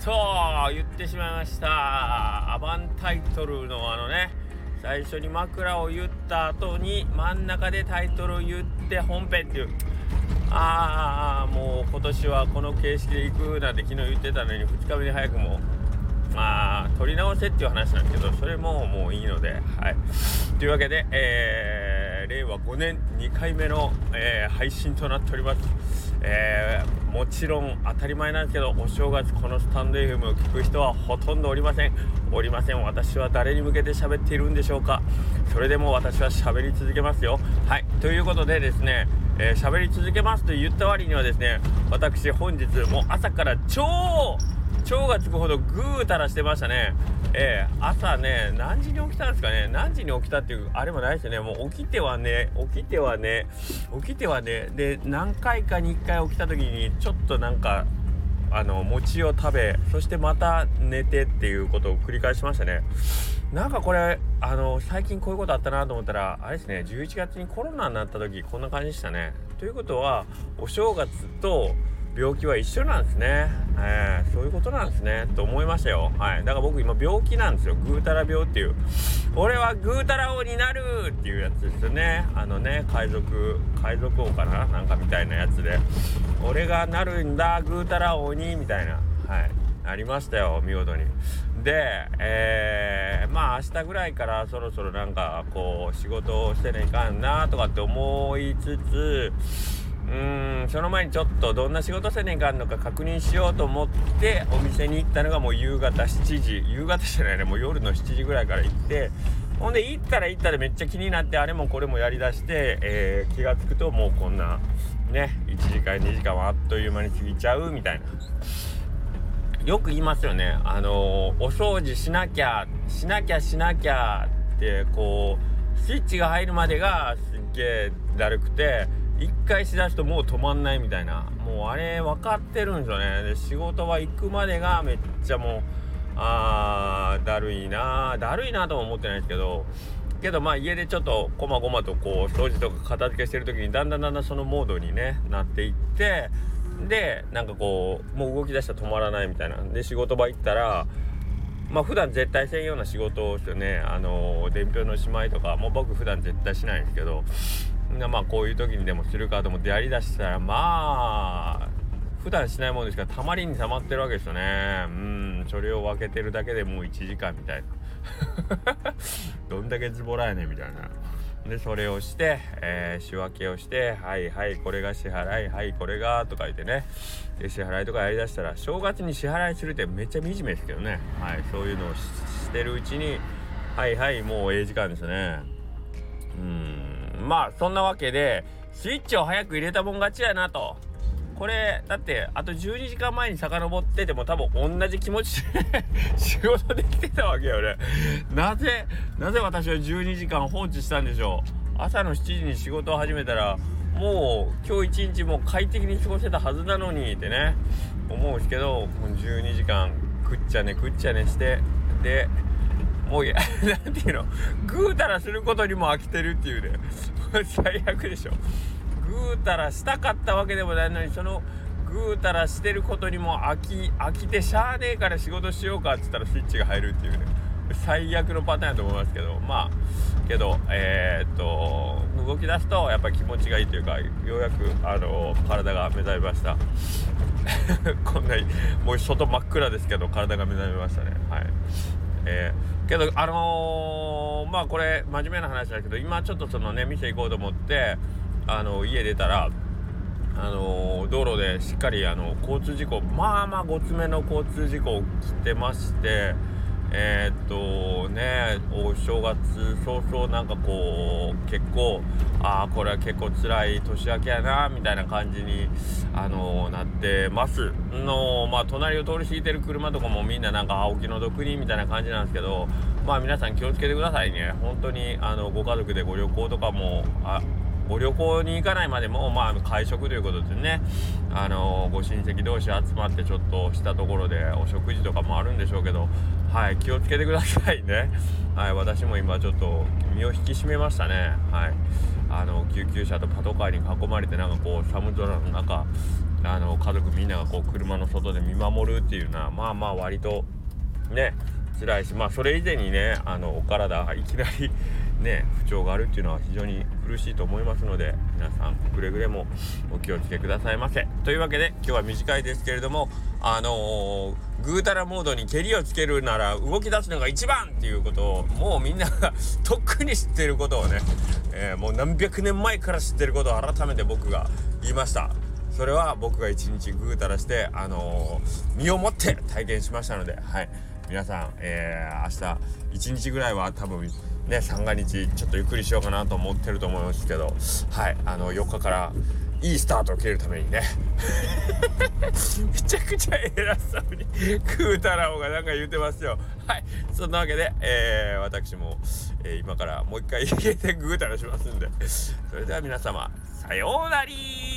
言ってしまいました。アバンタイトルの最初に枕を言った後に真ん中でタイトルを言って本編っていう、もう今年はこの形式で行くなんて昨日言ってたのに2日目に早くも取り直せっていう話なんですけど、それももういいので、というわけで、令和5年2回目の、配信となっております。もちろん当たり前なんですけど、お正月このスタンド FM を聞く人はほとんどおりません。私は誰に向けて喋っているんでしょうか。それでも私は喋り続けますよ。ということでですね、喋り続けますと言った割にはですね、私本日もう朝から超がつくほどぐうたらしてましたね。朝ね、何時に起きたんですかね。何時に起きたっていうあれもないですよね。もう起きてはねで、何回かに1回起きた時にちょっと餅を食べ、そしてまた寝てっていうことを繰り返しましたね。これ最近こういうことあったなと思ったら、あれですね、11月にコロナになった時こんな感じでしたね。ということはお正月と病気は一緒なんですね。そういうことなんですねと思いましたよ。だから僕今病気なんですよ。ぐうたら病っていう、俺はぐうたら王になるっていうやつですよね。海賊王かな、みたいなやつで、俺がなるんだぐうたら王にみたいな、ありましたよ、見事に。で、明日ぐらいからそろそろ仕事をしてねいかんなとかって思いつつ、その前にちょっとどんな仕事せねえかんのか確認しようと思ってお店に行ったのがもう夕方7時、夕方じゃないね、もう夜の7時ぐらいから行って、ほんで行ったらめっちゃ気になって、あれもこれもやりだして、気がつくともうこんなね、1時間2時間はあっという間に過ぎちゃうみたいな。よく言いますよね。お掃除しなきゃってこうスイッチが入るまでがすっげえだるくて、一回しだすともう止まんないみたいな、もうあれ分かってるんですよね。で、仕事は行くまでがめっちゃもうだるいなとも思ってないですけど家でちょっとこまごまとこう掃除とか片付けしてる時にだんだんそのモードになっていって、でもう動き出したら止まらないみたいな。で、仕事場行ったら普段絶対せんような仕事をしてね、伝票のしまいとかもう僕普段絶対しないんですけど、こういう時にでもするかと思ってやりだしたら、普段しないもんですからたまりにたまってるわけですよね。それを分けてるだけでもう1時間みたいなどんだけズボラやねんみたいな。でそれをして、仕分けをして、これが支払い、これがとか言ってね、で支払いとかやりだしたら、正月に支払いするってめっちゃ惨めですけどね。そういうのをしてるうちにもう時間ですね。そんなわけでスイッチを早く入れたもん勝ちやなと。これだってあと12時間前に遡ってても多分同じ気持ちで仕事できてたわけよね。なぜ私は12時間放置したんでしょう。朝の7時に仕事を始めたらもう今日一日もう快適に過ごせたはずなのにってね思うんですけど、この12時間くっちゃねして、でもうなんていうの、ぐうたらすることにも飽きてるっていうね最悪でしょ。ぐうたらしたかったわけでもないのに、そのぐうたらしてることにも飽きてしゃあねえから仕事しようかって言ったらスイッチが入るっていうね、最悪のパターンだと思いますけど、動き出すとやっぱり気持ちがいいというか、ようやく体が目覚めましたこんなにもう外真っ暗ですけど体が目覚めましたね。けどこれ真面目な話だけど、今ちょっと店行こうと思って家出たら道路でしっかり交通事故ごつめの交通事故起きてまして、お正月早々結構これは結構辛い年明けやなみたいな感じになってます隣を通り過ぎてる車とかもみんなお気の毒にみたいな感じなんですけど、皆さん気をつけてくださいね。本当にご家族でご旅行とかもご旅行に行かないまでも会食ということでね、ご親戚同士集まってちょっとしたところでお食事とかもあるんでしょうけど、気をつけてくださいね。私も今ちょっと身を引き締めましたね。救急車とパトカーに囲まれて寒空の中家族みんながこう車の外で見守るっていうのはまあまあ割とね辛いし、まあそれ以前にねお体いきなりね不調があるっていうのは非常に苦しいと思いますので、皆さんくれぐれもお気をつけくださいませ。というわけで今日は短いですけれども、ぐうたらモードに蹴りをつけるなら動き出すのが一番っていうことをもうみんながとっくに知っていることをね、もう何百年前から知っていることを改めて僕が言いました。それは僕が一日ぐうたらして身をもって体験しましたので、はい、皆さん、明日一日ぐらいは多分ね三が日ちょっとゆっくりしようかなと思ってると思いますけど、はい、4日からいいスタートを切るためにねめちゃくちゃ偉そうにぐうたらおがなんか言ってますよ。はい、そんなわけで、私も、今からもう一回家でぐうたらしますんで、それでは皆様さようなり。